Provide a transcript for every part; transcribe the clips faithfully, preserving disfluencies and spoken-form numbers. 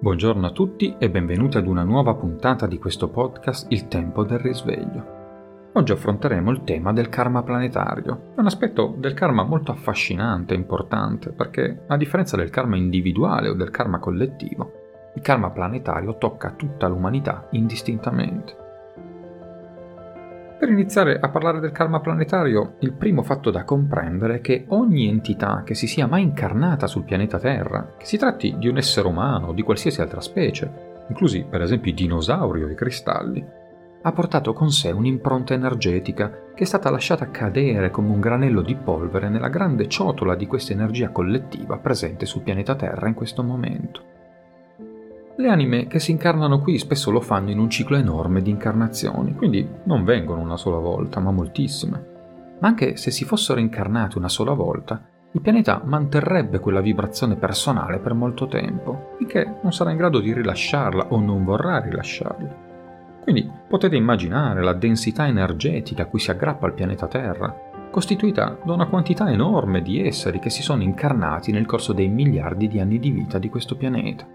Buongiorno a tutti e benvenuti ad una nuova puntata di questo podcast Il tempo del risveglio. Oggi affronteremo il tema del karma planetario. È un aspetto del karma molto affascinante e importante perché, a differenza del karma individuale o del karma collettivo, il karma planetario tocca tutta l'umanità indistintamente. Per iniziare a parlare del karma planetario, il primo fatto da comprendere è che ogni entità che si sia mai incarnata sul pianeta Terra, che si tratti di un essere umano o di qualsiasi altra specie, inclusi per esempio i dinosauri o i cristalli, ha portato con sé un'impronta energetica che è stata lasciata cadere come un granello di polvere nella grande ciotola di questa energia collettiva presente sul pianeta Terra in questo momento. Le anime che si incarnano qui spesso lo fanno in un ciclo enorme di incarnazioni, quindi non vengono una sola volta, ma moltissime. Ma anche se si fossero incarnati una sola volta, il pianeta manterrebbe quella vibrazione personale per molto tempo, finché non sarà in grado di rilasciarla o non vorrà rilasciarla. Quindi potete immaginare la densità energetica a cui si aggrappa il pianeta Terra, costituita da una quantità enorme di esseri che si sono incarnati nel corso dei miliardi di anni di vita di questo pianeta.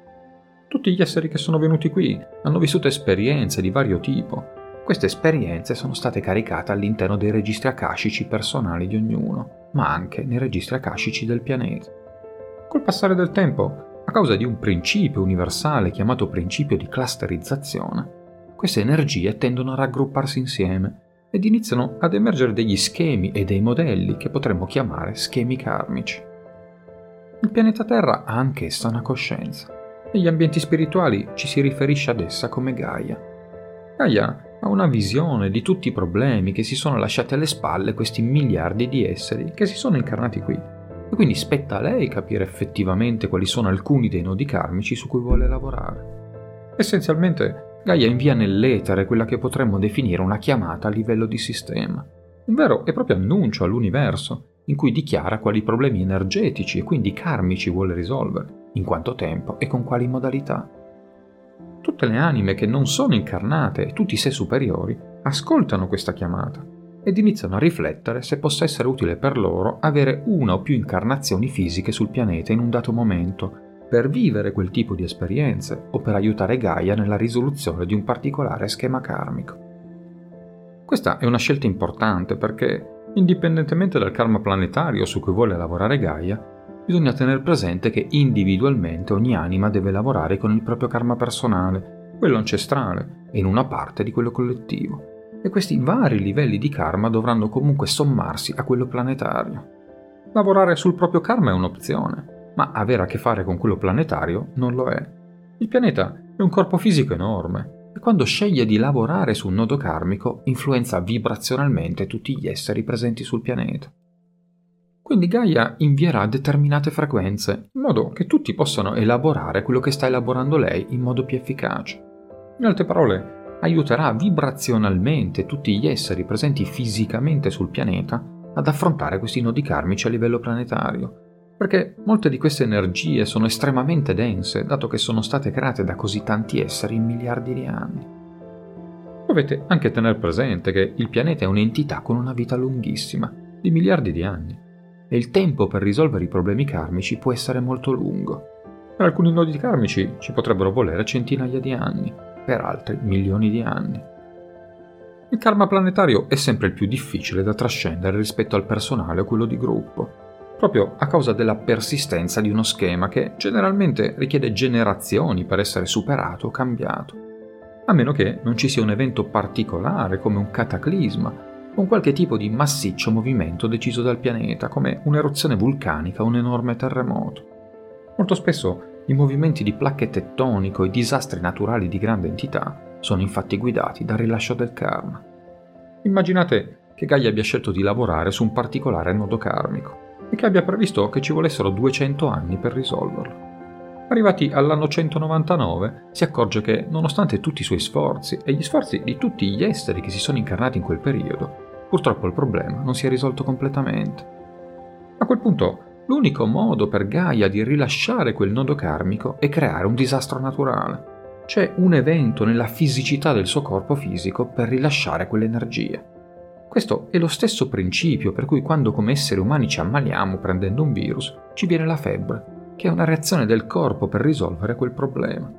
Tutti gli esseri che sono venuti qui hanno vissuto esperienze di vario tipo. Queste esperienze sono state caricate all'interno dei registri akashici personali di ognuno, ma anche nei registri akashici del pianeta. Col passare del tempo, a causa di un principio universale chiamato principio di clusterizzazione, queste energie tendono a raggrupparsi insieme ed iniziano ad emergere degli schemi e dei modelli che potremmo chiamare schemi karmici. Il pianeta Terra ha anch'essa una coscienza. Negli ambienti spirituali ci si riferisce ad essa come Gaia. Gaia ha una visione di tutti i problemi che si sono lasciati alle spalle questi miliardi di esseri che si sono incarnati qui, e quindi spetta a lei capire effettivamente quali sono alcuni dei nodi karmici su cui vuole lavorare. Essenzialmente, Gaia invia nell'etere quella che potremmo definire una chiamata a livello di sistema, un vero e proprio annuncio all'universo, in cui dichiara quali problemi energetici e quindi karmici vuole risolvere, in quanto tempo e con quali modalità. Tutte le anime che non sono incarnate e tutti i sé superiori ascoltano questa chiamata ed iniziano a riflettere se possa essere utile per loro avere una o più incarnazioni fisiche sul pianeta in un dato momento per vivere quel tipo di esperienze o per aiutare Gaia nella risoluzione di un particolare schema karmico. Questa è una scelta importante perché, indipendentemente dal karma planetario su cui vuole lavorare Gaia, bisogna tenere presente che individualmente ogni anima deve lavorare con il proprio karma personale, quello ancestrale, e in una parte di quello collettivo. E questi vari livelli di karma dovranno comunque sommarsi a quello planetario. Lavorare sul proprio karma è un'opzione, ma avere a che fare con quello planetario non lo è. Il pianeta è un corpo fisico enorme, e quando sceglie di lavorare su un nodo karmico influenza vibrazionalmente tutti gli esseri presenti sul pianeta. Quindi Gaia invierà determinate frequenze, in modo che tutti possano elaborare quello che sta elaborando lei in modo più efficace. In altre parole, aiuterà vibrazionalmente tutti gli esseri presenti fisicamente sul pianeta ad affrontare questi nodi karmici a livello planetario, perché molte di queste energie sono estremamente dense, dato che sono state create da così tanti esseri in miliardi di anni. Dovete anche tenere presente che il pianeta è un'entità con una vita lunghissima, di miliardi di anni, e il tempo per risolvere i problemi karmici può essere molto lungo. Per alcuni nodi karmici ci potrebbero volere centinaia di anni, per altri milioni di anni. Il karma planetario è sempre il più difficile da trascendere rispetto al personale o quello di gruppo, proprio a causa della persistenza di uno schema che generalmente richiede generazioni per essere superato o cambiato, a meno che non ci sia un evento particolare come un cataclisma o un qualche tipo di massiccio movimento deciso dal pianeta, come un'eruzione vulcanica o un enorme terremoto. Molto spesso i movimenti di placche tettoniche o i disastri naturali di grande entità sono infatti guidati dal rilascio del karma. Immaginate che Gaia abbia scelto di lavorare su un particolare nodo karmico e che abbia previsto che ci volessero duecento anni per risolverlo. Arrivati all'anno centonovantanove, si accorge che, nonostante tutti i suoi sforzi e gli sforzi di tutti gli esseri che si sono incarnati in quel periodo, purtroppo il problema non si è risolto completamente. A quel punto, l'unico modo per Gaia di rilasciare quel nodo karmico è creare un disastro naturale. C'è un evento nella fisicità del suo corpo fisico per rilasciare quell'energia. Questo è lo stesso principio per cui quando come esseri umani ci ammaliamo prendendo un virus, ci viene la febbre. che è una reazione del corpo per risolvere quel problema.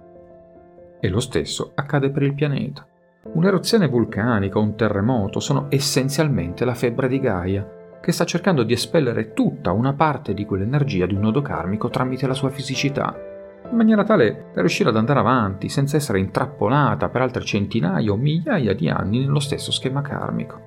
E lo stesso accade per il pianeta. Un'eruzione vulcanica o un terremoto sono essenzialmente la febbre di Gaia, che sta cercando di espellere tutta una parte di quell'energia di un nodo karmico tramite la sua fisicità, in maniera tale da riuscire ad andare avanti senza essere intrappolata per altre centinaia o migliaia di anni nello stesso schema karmico.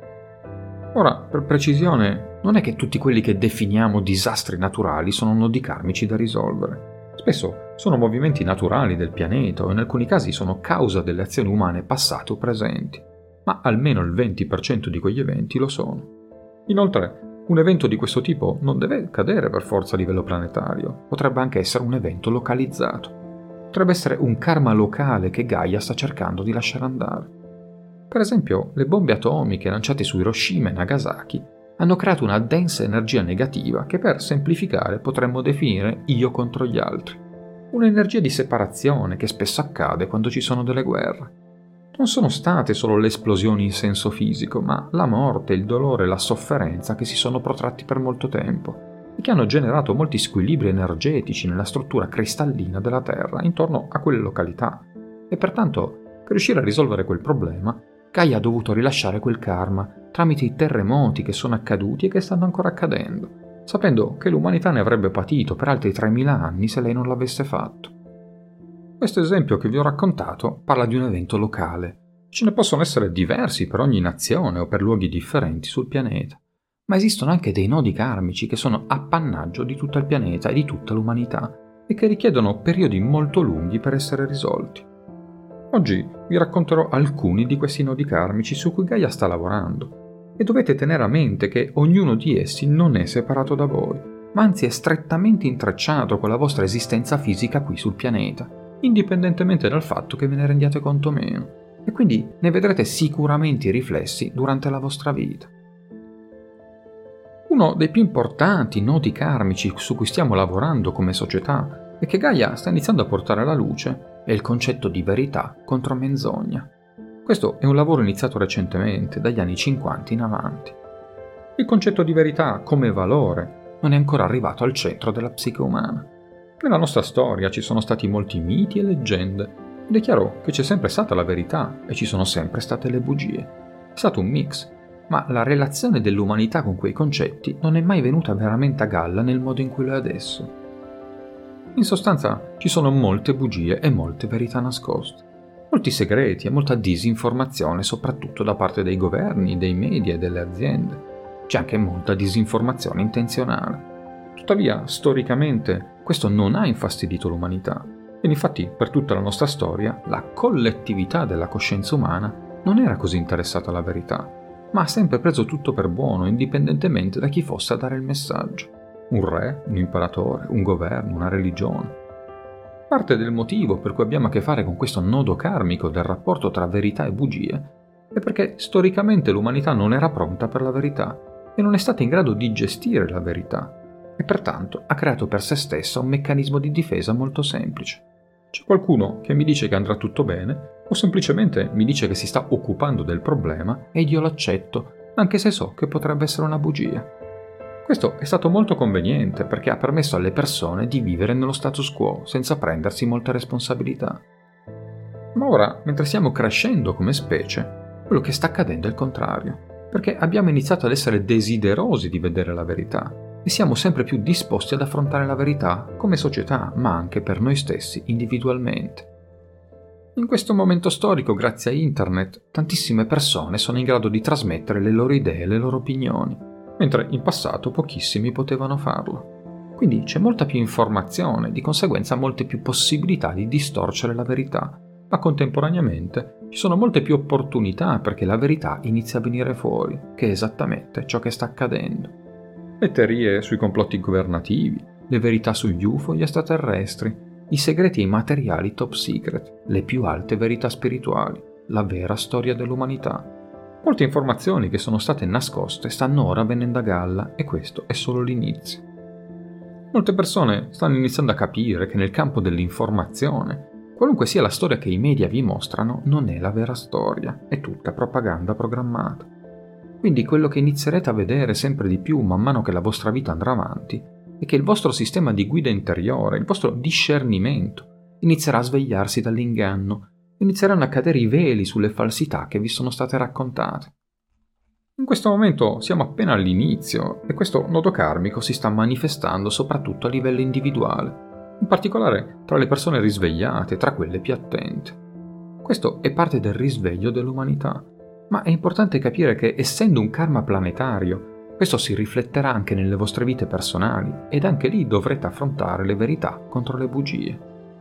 Ora, per precisione, non è che tutti quelli che definiamo disastri naturali sono nodi karmici da risolvere. Spesso sono movimenti naturali del pianeta o in alcuni casi sono causa delle azioni umane passate o presenti, ma almeno il venti per cento di quegli eventi lo sono. Inoltre, un evento di questo tipo non deve accadere per forza a livello planetario, potrebbe anche essere un evento localizzato. Potrebbe essere un karma locale che Gaia sta cercando di lasciare andare. Per esempio, le bombe atomiche lanciate su Hiroshima e Nagasaki hanno creato una densa energia negativa che per semplificare potremmo definire io contro gli altri. Un'energia di separazione che spesso accade quando ci sono delle guerre. Non sono state solo le esplosioni in senso fisico, ma la morte, il dolore e la sofferenza che si sono protratti per molto tempo e che hanno generato molti squilibri energetici nella struttura cristallina della Terra intorno a quelle località. E pertanto, per riuscire a risolvere quel problema, Gaia ha dovuto rilasciare quel karma tramite i terremoti che sono accaduti e che stanno ancora accadendo, sapendo che l'umanità ne avrebbe patito per altri tremila anni se lei non l'avesse fatto. Questo esempio che vi ho raccontato parla di un evento locale. Ce ne possono essere diversi per ogni nazione o per luoghi differenti sul pianeta, ma esistono anche dei nodi karmici che sono appannaggio di tutto il pianeta e di tutta l'umanità e che richiedono periodi molto lunghi per essere risolti. Oggi vi racconterò alcuni di questi nodi karmici su cui Gaia sta lavorando e dovete tenere a mente che ognuno di essi non è separato da voi, ma anzi è strettamente intrecciato con la vostra esistenza fisica qui sul pianeta, indipendentemente dal fatto che ve ne rendiate conto o meno, e quindi ne vedrete sicuramente i riflessi durante la vostra vita. Uno dei più importanti nodi karmici su cui stiamo lavorando come società e che Gaia sta iniziando a portare alla luce è il concetto di verità contro menzogna. Questo è un lavoro iniziato recentemente, dagli anni cinquanta in avanti. Il concetto di verità come valore non è ancora arrivato al centro della psiche umana. Nella nostra storia ci sono stati molti miti e leggende, ed è chiaro che c'è sempre stata la verità e ci sono sempre state le bugie. È stato un mix, ma la relazione dell'umanità con quei concetti non è mai venuta veramente a galla nel modo in cui lo è adesso. In sostanza ci sono molte bugie e molte verità nascoste, molti segreti e molta disinformazione soprattutto da parte dei governi, dei media e delle aziende. C'è anche molta disinformazione intenzionale. Tuttavia, storicamente, questo non ha infastidito l'umanità, e infatti per tutta la nostra storia la collettività della coscienza umana non era così interessata alla verità, ma ha sempre preso tutto per buono, indipendentemente da chi fosse a dare il messaggio. Un re, un imperatore, un governo, una religione. Parte del motivo per cui abbiamo a che fare con questo nodo karmico del rapporto tra verità e bugie è perché storicamente l'umanità non era pronta per la verità e non è stata in grado di gestire la verità, e pertanto ha creato per se stessa un meccanismo di difesa molto semplice. C'è qualcuno che mi dice che andrà tutto bene o semplicemente mi dice che si sta occupando del problema e io l'accetto, anche se so che potrebbe essere una bugia. Questo è stato molto conveniente perché ha permesso alle persone di vivere nello status quo senza prendersi molte responsabilità. Ma ora, mentre stiamo crescendo come specie, quello che sta accadendo è il contrario, perché abbiamo iniziato ad essere desiderosi di vedere la verità e siamo sempre più disposti ad affrontare la verità come società, ma anche per noi stessi individualmente. In questo momento storico, grazie a internet, tantissime persone sono in grado di trasmettere le loro idee e le loro opinioni, mentre in passato pochissimi potevano farlo. Quindi c'è molta più informazione, di conseguenza molte più possibilità di distorcere la verità, ma contemporaneamente ci sono molte più opportunità perché la verità inizia a venire fuori, che è esattamente ciò che sta accadendo. Le teorie sui complotti governativi, le verità sugli U F O e gli extraterrestri, i segreti e i materiali top secret, le più alte verità spirituali, la vera storia dell'umanità. Molte informazioni che sono state nascoste stanno ora venendo a galla e questo è solo l'inizio. Molte persone stanno iniziando a capire che nel campo dell'informazione, qualunque sia la storia che i media vi mostrano, non è la vera storia, è tutta propaganda programmata. Quindi quello che inizierete a vedere sempre di più man mano che la vostra vita andrà avanti è che il vostro sistema di guida interiore, il vostro discernimento, inizierà a svegliarsi dall'inganno, inizieranno a cadere i veli sulle falsità che vi sono state raccontate. In questo momento siamo appena all'inizio e questo nodo karmico si sta manifestando soprattutto a livello individuale, in particolare tra le persone risvegliate, tra quelle più attente. Questo è parte del risveglio dell'umanità, ma è importante capire che essendo un karma planetario, questo si rifletterà anche nelle vostre vite personali ed anche lì dovrete affrontare le verità contro le bugie.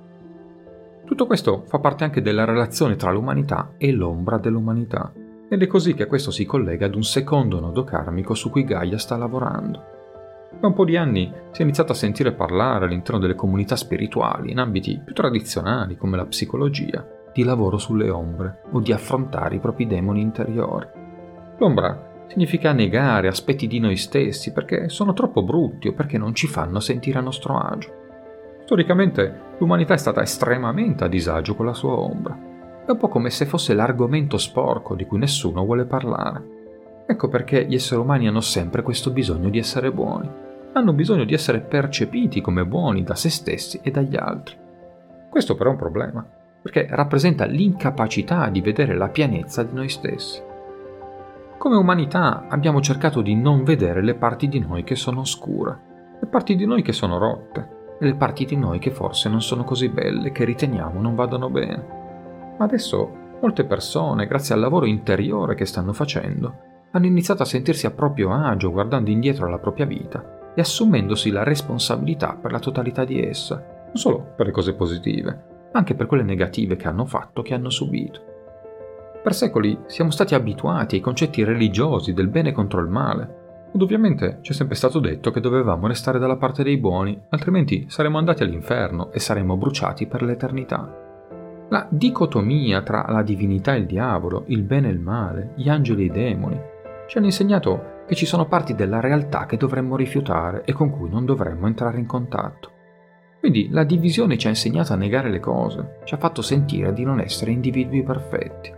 Tutto questo fa parte anche della relazione tra l'umanità e l'ombra dell'umanità, ed è così che questo si collega ad un secondo nodo karmico su cui Gaia sta lavorando. Da un po' di anni si è iniziato a sentire parlare all'interno delle comunità spirituali, in ambiti più tradizionali come la psicologia, di lavoro sulle ombre o di affrontare i propri demoni interiori. L'ombra significa negare aspetti di noi stessi perché sono troppo brutti o perché non ci fanno sentire a nostro agio. Storicamente l'umanità è stata estremamente a disagio con la sua ombra. È un po' come se fosse l'argomento sporco di cui nessuno vuole parlare. Ecco perché gli esseri umani hanno sempre questo bisogno di essere buoni. Hanno bisogno di essere percepiti come buoni da se stessi e dagli altri. Questo però è un problema, perché rappresenta l'incapacità di vedere la pienezza di noi stessi. Come umanità abbiamo cercato di non vedere le parti di noi che sono oscure, le parti di noi che sono rotte e le parti di noi che forse non sono così belle, che riteniamo non vadano bene. Ma adesso molte persone, grazie al lavoro interiore che stanno facendo, hanno iniziato a sentirsi a proprio agio guardando indietro alla propria vita e assumendosi la responsabilità per la totalità di essa, non solo per le cose positive, ma anche per quelle negative che hanno fatto, che hanno subito. Per secoli siamo stati abituati ai concetti religiosi del bene contro il male, ed ovviamente ci è sempre stato detto che dovevamo restare dalla parte dei buoni, altrimenti saremmo andati all'inferno e saremmo bruciati per l'eternità. La dicotomia tra la divinità e il diavolo, il bene e il male, gli angeli e i demoni, ci hanno insegnato che ci sono parti della realtà che dovremmo rifiutare e con cui non dovremmo entrare in contatto. Quindi la divisione ci ha insegnato a negare le cose, ci ha fatto sentire di non essere individui perfetti.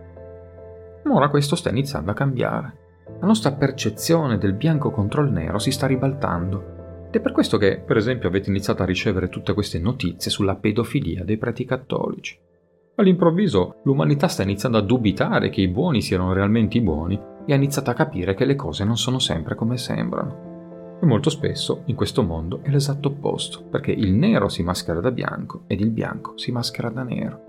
Ma ora questo sta iniziando a cambiare. La nostra percezione del bianco contro il nero si sta ribaltando. Ed è per questo che, per esempio, avete iniziato a ricevere tutte queste notizie sulla pedofilia dei preti cattolici. All'improvviso l'umanità sta iniziando a dubitare che i buoni siano realmente i buoni e ha iniziato a capire che le cose non sono sempre come sembrano. E molto spesso in questo mondo è l'esatto opposto, perché il nero si maschera da bianco ed il bianco si maschera da nero.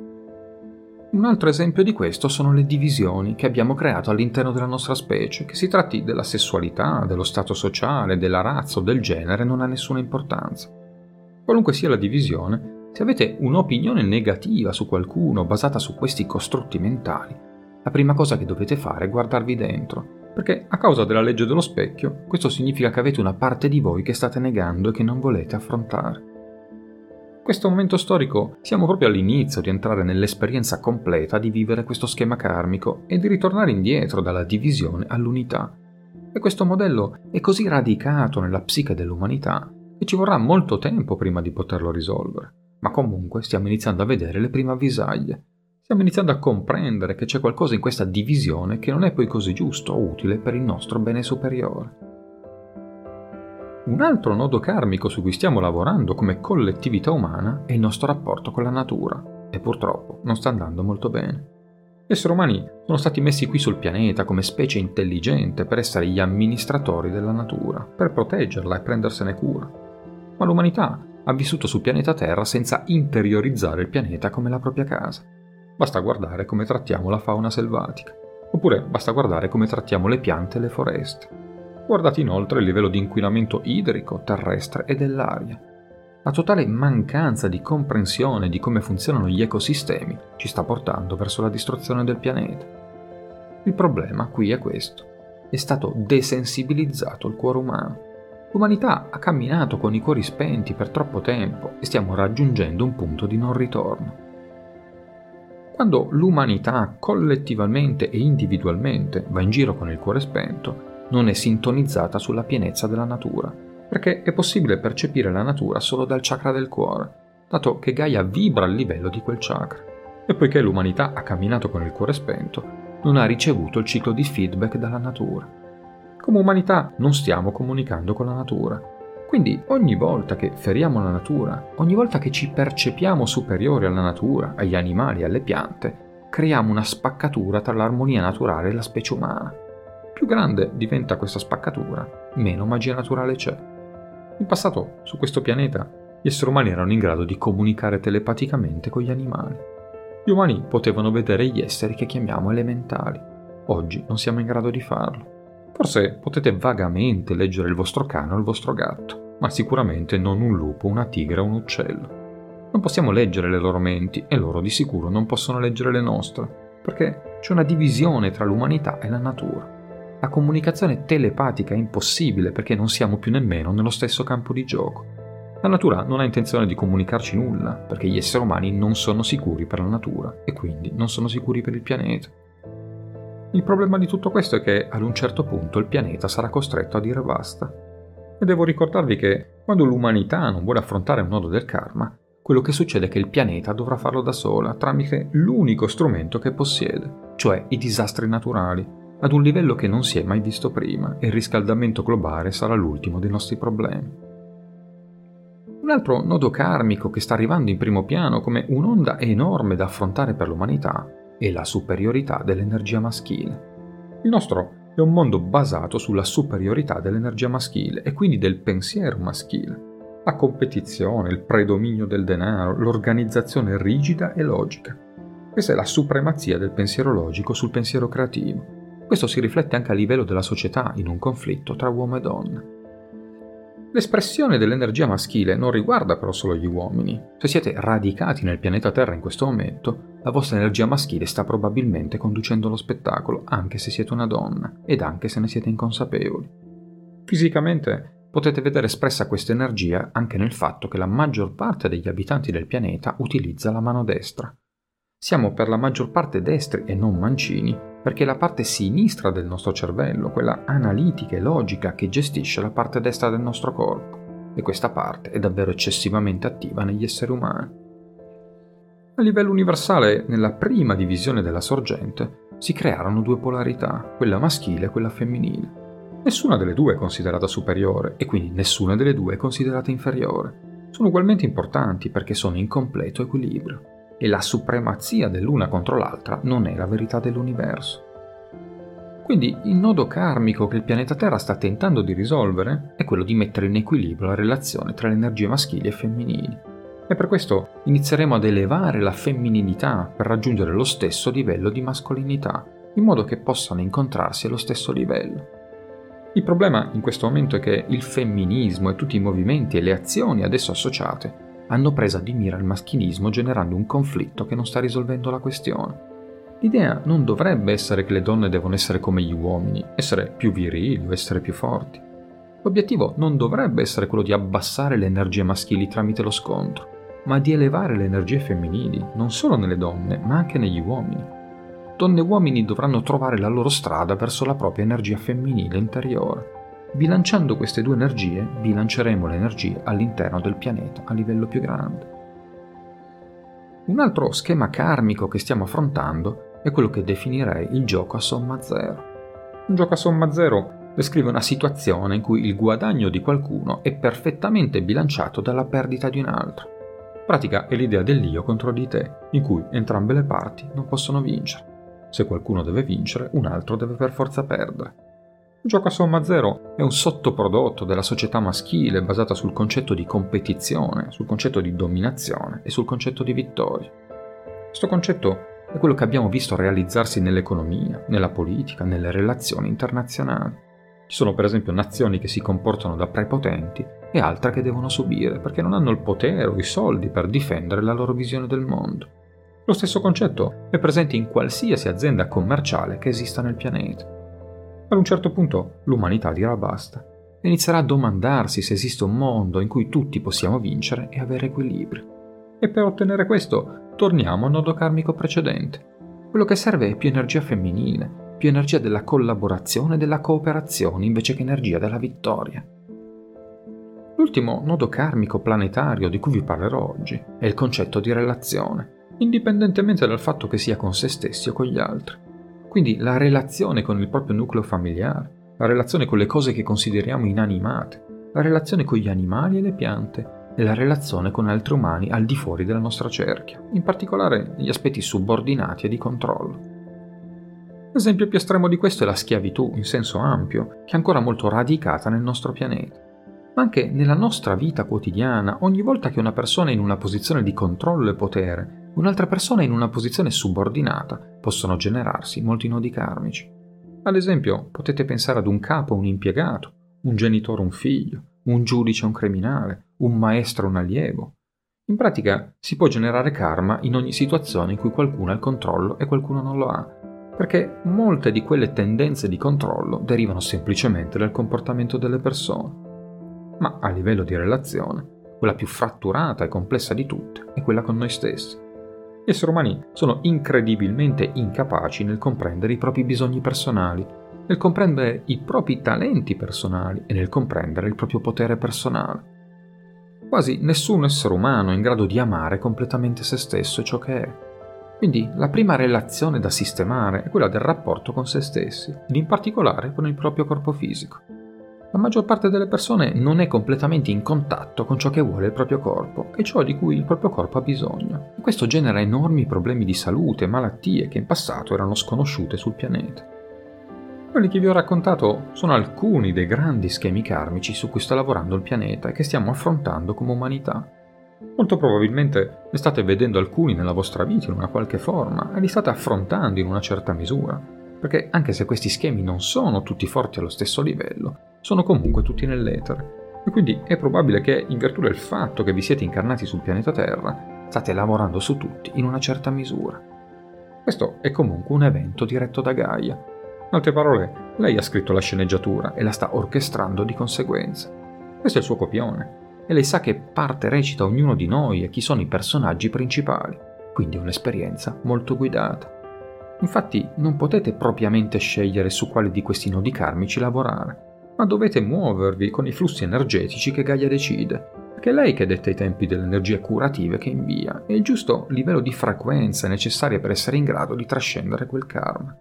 Un altro esempio di questo sono le divisioni che abbiamo creato all'interno della nostra specie, che si tratti della sessualità, dello stato sociale, della razza o del genere non ha nessuna importanza. Qualunque sia la divisione, se avete un'opinione negativa su qualcuno basata su questi costrutti mentali, la prima cosa che dovete fare è guardarvi dentro, perché a causa della legge dello specchio, questo significa che avete una parte di voi che state negando e che non volete affrontare. In questo momento storico siamo proprio all'inizio di entrare nell'esperienza completa di vivere questo schema karmico e di ritornare indietro dalla divisione all'unità. E questo modello è così radicato nella psiche dell'umanità che ci vorrà molto tempo prima di poterlo risolvere. Ma comunque stiamo iniziando a vedere le prime avvisaglie. Stiamo iniziando a comprendere che c'è qualcosa in questa divisione che non è poi così giusto o utile per il nostro bene superiore. Un altro nodo karmico su cui stiamo lavorando come collettività umana è il nostro rapporto con la natura, e purtroppo non sta andando molto bene. Gli esseri umani sono stati messi qui sul pianeta come specie intelligente per essere gli amministratori della natura, per proteggerla e prendersene cura. Ma l'umanità ha vissuto sul pianeta Terra senza interiorizzare il pianeta come la propria casa. Basta guardare come trattiamo la fauna selvatica, oppure basta guardare come trattiamo le piante e le foreste. Guardate inoltre il livello di inquinamento idrico, terrestre e dell'aria. La totale mancanza di comprensione di come funzionano gli ecosistemi ci sta portando verso la distruzione del pianeta. Il problema qui è questo: è stato desensibilizzato il cuore umano. L'umanità ha camminato con i cuori spenti per troppo tempo e stiamo raggiungendo un punto di non ritorno. Quando l'umanità collettivamente e individualmente va in giro con il cuore spento, non è sintonizzata sulla pienezza della natura, perché è possibile percepire la natura solo dal chakra del cuore, dato che Gaia vibra al livello di quel chakra. E poiché l'umanità ha camminato con il cuore spento, non ha ricevuto il ciclo di feedback dalla natura. Come umanità non stiamo comunicando con la natura. Quindi ogni volta che feriamo la natura, ogni volta che ci percepiamo superiori alla natura, agli animali e alle piante, creiamo una spaccatura tra l'armonia naturale e la specie umana. Più grande diventa questa spaccatura, meno magia naturale c'è. In passato, su questo pianeta, gli esseri umani erano in grado di comunicare telepaticamente con gli animali. Gli umani potevano vedere gli esseri che chiamiamo elementali. Oggi non siamo in grado di farlo. Forse potete vagamente leggere il vostro cane o il vostro gatto, ma sicuramente non un lupo, una tigre o un uccello. Non possiamo leggere le loro menti e loro di sicuro non possono leggere le nostre, perché c'è una divisione tra l'umanità e la natura. La comunicazione telepatica è impossibile perché non siamo più nemmeno nello stesso campo di gioco. La natura non ha intenzione di comunicarci nulla, perché gli esseri umani non sono sicuri per la natura e quindi non sono sicuri per il pianeta. Il problema di tutto questo è che ad un certo punto il pianeta sarà costretto a dire basta. E devo ricordarvi che quando l'umanità non vuole affrontare un nodo del karma, quello che succede è che il pianeta dovrà farlo da sola tramite l'unico strumento che possiede, cioè i disastri naturali, ad un livello che non si è mai visto prima, e il riscaldamento globale sarà l'ultimo dei nostri problemi. Un altro nodo karmico che sta arrivando in primo piano come un'onda enorme da affrontare per l'umanità è la superiorità dell'energia maschile. Il nostro è un mondo basato sulla superiorità dell'energia maschile e quindi del pensiero maschile. La competizione, il predominio del denaro, l'organizzazione rigida e logica. Questa è la supremazia del pensiero logico sul pensiero creativo. Questo si riflette anche a livello della società in un conflitto tra uomo e donna. L'espressione dell'energia maschile non riguarda però solo gli uomini. Se siete radicati nel pianeta Terra in questo momento, la vostra energia maschile sta probabilmente conducendo lo spettacolo, anche se siete una donna, ed anche se ne siete inconsapevoli. Fisicamente potete vedere espressa questa energia anche nel fatto che la maggior parte degli abitanti del pianeta utilizza la mano destra. Siamo per la maggior parte destri e non mancini, perché è la parte sinistra del nostro cervello, quella analitica e logica che gestisce la parte destra del nostro corpo, e questa parte è davvero eccessivamente attiva negli esseri umani. A livello universale, nella prima divisione della sorgente, si crearono due polarità, quella maschile e quella femminile. Nessuna delle due è considerata superiore e quindi nessuna delle due è considerata inferiore. Sono ugualmente importanti perché sono in completo equilibrio. E la supremazia dell'una contro l'altra non è la verità dell'universo. Quindi il nodo karmico che il pianeta Terra sta tentando di risolvere è quello di mettere in equilibrio la relazione tra le energie maschili e femminili. E per questo inizieremo ad elevare la femminilità per raggiungere lo stesso livello di mascolinità, in modo che possano incontrarsi allo stesso livello. Il problema in questo momento è che il femminismo e tutti i movimenti e le azioni ad esso associate hanno preso di mira il maschilismo generando un conflitto che non sta risolvendo la questione. L'idea non dovrebbe essere che le donne devono essere come gli uomini, essere più virili o essere più forti. L'obiettivo non dovrebbe essere quello di abbassare le energie maschili tramite lo scontro, ma di elevare le energie femminili, non solo nelle donne, ma anche negli uomini. Donne e uomini dovranno trovare la loro strada verso la propria energia femminile interiore. Bilanciando queste due energie, bilanceremo le energie all'interno del pianeta a livello più grande. Un altro schema karmico che stiamo affrontando è quello che definirei il gioco a somma zero. Un gioco a somma zero descrive una situazione in cui il guadagno di qualcuno è perfettamente bilanciato dalla perdita di un altro. In pratica è l'idea dell'io contro di te, in cui entrambe le parti non possono vincere. Se qualcuno deve vincere, un altro deve per forza perdere. Il gioco a somma zero è un sottoprodotto della società maschile basata sul concetto di competizione, sul concetto di dominazione e sul concetto di vittoria. Questo concetto è quello che abbiamo visto realizzarsi nell'economia, nella politica, nelle relazioni internazionali. Ci sono per esempio nazioni che si comportano da prepotenti e altre che devono subire perché non hanno il potere o i soldi per difendere la loro visione del mondo. Lo stesso concetto è presente in qualsiasi azienda commerciale che esista nel pianeta. Ad un certo punto l'umanità dirà basta e inizierà a domandarsi se esiste un mondo in cui tutti possiamo vincere e avere equilibrio. E per ottenere questo torniamo al nodo karmico precedente. Quello che serve è più energia femminile, più energia della collaborazione e della cooperazione invece che energia della vittoria. L'ultimo nodo karmico planetario di cui vi parlerò oggi è il concetto di relazione, indipendentemente dal fatto che sia con se stessi o con gli altri. Quindi la relazione con il proprio nucleo familiare, la relazione con le cose che consideriamo inanimate, la relazione con gli animali e le piante e la relazione con altri umani al di fuori della nostra cerchia, in particolare negli aspetti subordinati e di controllo. L'esempio più estremo di questo è la schiavitù in senso ampio, che è ancora molto radicata nel nostro pianeta. Ma anche nella nostra vita quotidiana, ogni volta che una persona è in una posizione di controllo e potere, un'altra persona è in una posizione subordinata, possono generarsi molti nodi karmici. Ad esempio, potete pensare ad un capo, un impiegato, un genitore, un figlio, un giudice, un criminale, un maestro, un allievo. In pratica si può generare karma in ogni situazione in cui qualcuno ha il controllo e qualcuno non lo ha, perché molte di quelle tendenze di controllo derivano semplicemente dal comportamento delle persone. Ma a livello di relazione, quella più fratturata e complessa di tutte è quella con noi stessi. Gli esseri umani sono incredibilmente incapaci nel comprendere i propri bisogni personali, nel comprendere i propri talenti personali e nel comprendere il proprio potere personale. Quasi nessun essere umano è in grado di amare completamente se stesso e ciò che è. Quindi la prima relazione da sistemare è quella del rapporto con se stessi, ed in particolare con il proprio corpo fisico. La maggior parte delle persone non è completamente in contatto con ciò che vuole il proprio corpo e ciò di cui il proprio corpo ha bisogno. E questo genera enormi problemi di salute e malattie che in passato erano sconosciute sul pianeta. Quelli che vi ho raccontato sono alcuni dei grandi schemi karmici su cui sta lavorando il pianeta e che stiamo affrontando come umanità. Molto probabilmente ne state vedendo alcuni nella vostra vita in una qualche forma e li state affrontando in una certa misura, perché anche se questi schemi non sono tutti forti allo stesso livello, sono comunque tutti nell'etere. E quindi è probabile che, in virtù del fatto che vi siete incarnati sul pianeta Terra, state lavorando su tutti in una certa misura. Questo è comunque un evento diretto da Gaia. In altre parole, lei ha scritto la sceneggiatura e la sta orchestrando di conseguenza. Questo è il suo copione. E lei sa che parte recita ognuno di noi e chi sono i personaggi principali, quindi è un'esperienza molto guidata. Infatti non potete propriamente scegliere su quale di questi nodi karmici lavorare, ma dovete muovervi con i flussi energetici che Gaia decide, perché è lei che detta i tempi delle energie curative che invia e il giusto livello di frequenza necessaria per essere in grado di trascendere quel karma.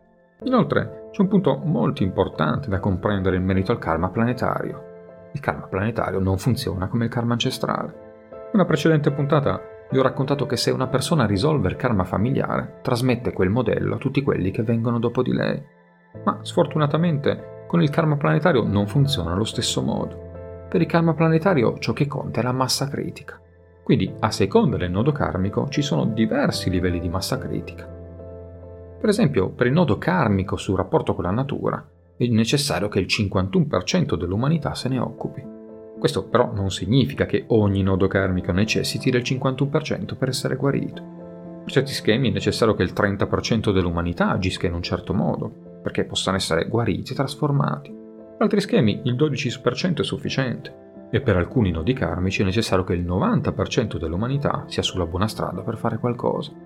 Inoltre c'è un punto molto importante da comprendere in merito al karma planetario. Il karma planetario non funziona come il karma ancestrale. In una precedente puntata vi ho raccontato che se una persona risolve il karma familiare, trasmette quel modello a tutti quelli che vengono dopo di lei. Ma sfortunatamente con il karma planetario non funziona allo stesso modo. Per il karma planetario ciò che conta è la massa critica. Quindi a seconda del nodo karmico ci sono diversi livelli di massa critica. Per esempio, per il nodo karmico sul rapporto con la natura, è necessario che il cinquantuno per cento dell'umanità se ne occupi. Questo però non significa che ogni nodo karmico necessiti del cinquantuno per cento per essere guarito. Per certi schemi è necessario che il trenta per cento dell'umanità agisca in un certo modo, perché possano essere guariti e trasformati. Per altri schemi il dodici per cento è sufficiente, e per alcuni nodi karmici è necessario che il novanta per cento dell'umanità sia sulla buona strada per fare qualcosa.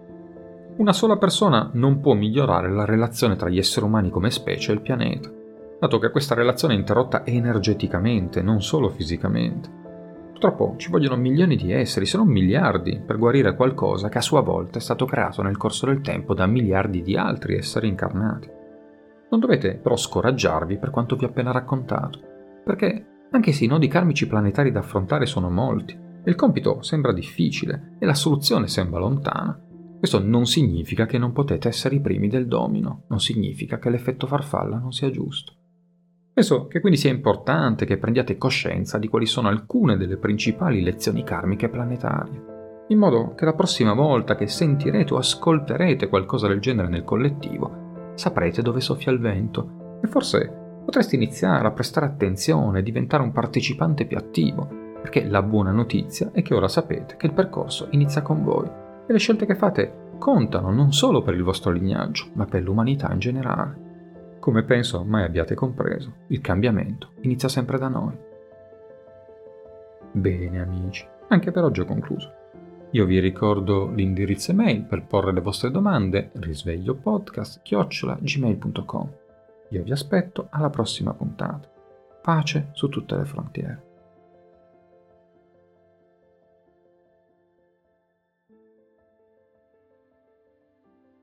Una sola persona non può migliorare la relazione tra gli esseri umani come specie e il pianeta, dato che questa relazione è interrotta energeticamente, non solo fisicamente. Purtroppo ci vogliono milioni di esseri, se non miliardi, per guarire qualcosa che a sua volta è stato creato nel corso del tempo da miliardi di altri esseri incarnati. Non dovete però scoraggiarvi per quanto vi ho appena raccontato, perché anche se i nodi karmici planetari da affrontare sono molti, e il compito sembra difficile e la soluzione sembra lontana, questo non significa che non potete essere i primi del domino, non significa che l'effetto farfalla non sia giusto. Penso che quindi sia importante che prendiate coscienza di quali sono alcune delle principali lezioni karmiche planetarie, in modo che la prossima volta che sentirete o ascolterete qualcosa del genere nel collettivo, saprete dove soffia il vento e forse potreste iniziare a prestare attenzione e diventare un partecipante più attivo, perché la buona notizia è che ora sapete che il percorso inizia con voi. E le scelte che fate contano non solo per il vostro lignaggio, ma per l'umanità in generale. Come penso mai abbiate compreso, il cambiamento inizia sempre da noi. Bene amici, anche per oggi ho concluso. Io vi ricordo l'indirizzo email per porre le vostre domande, risvegliopodcast chiocciola gmail punto com. Io vi aspetto alla prossima puntata. Pace su tutte le frontiere.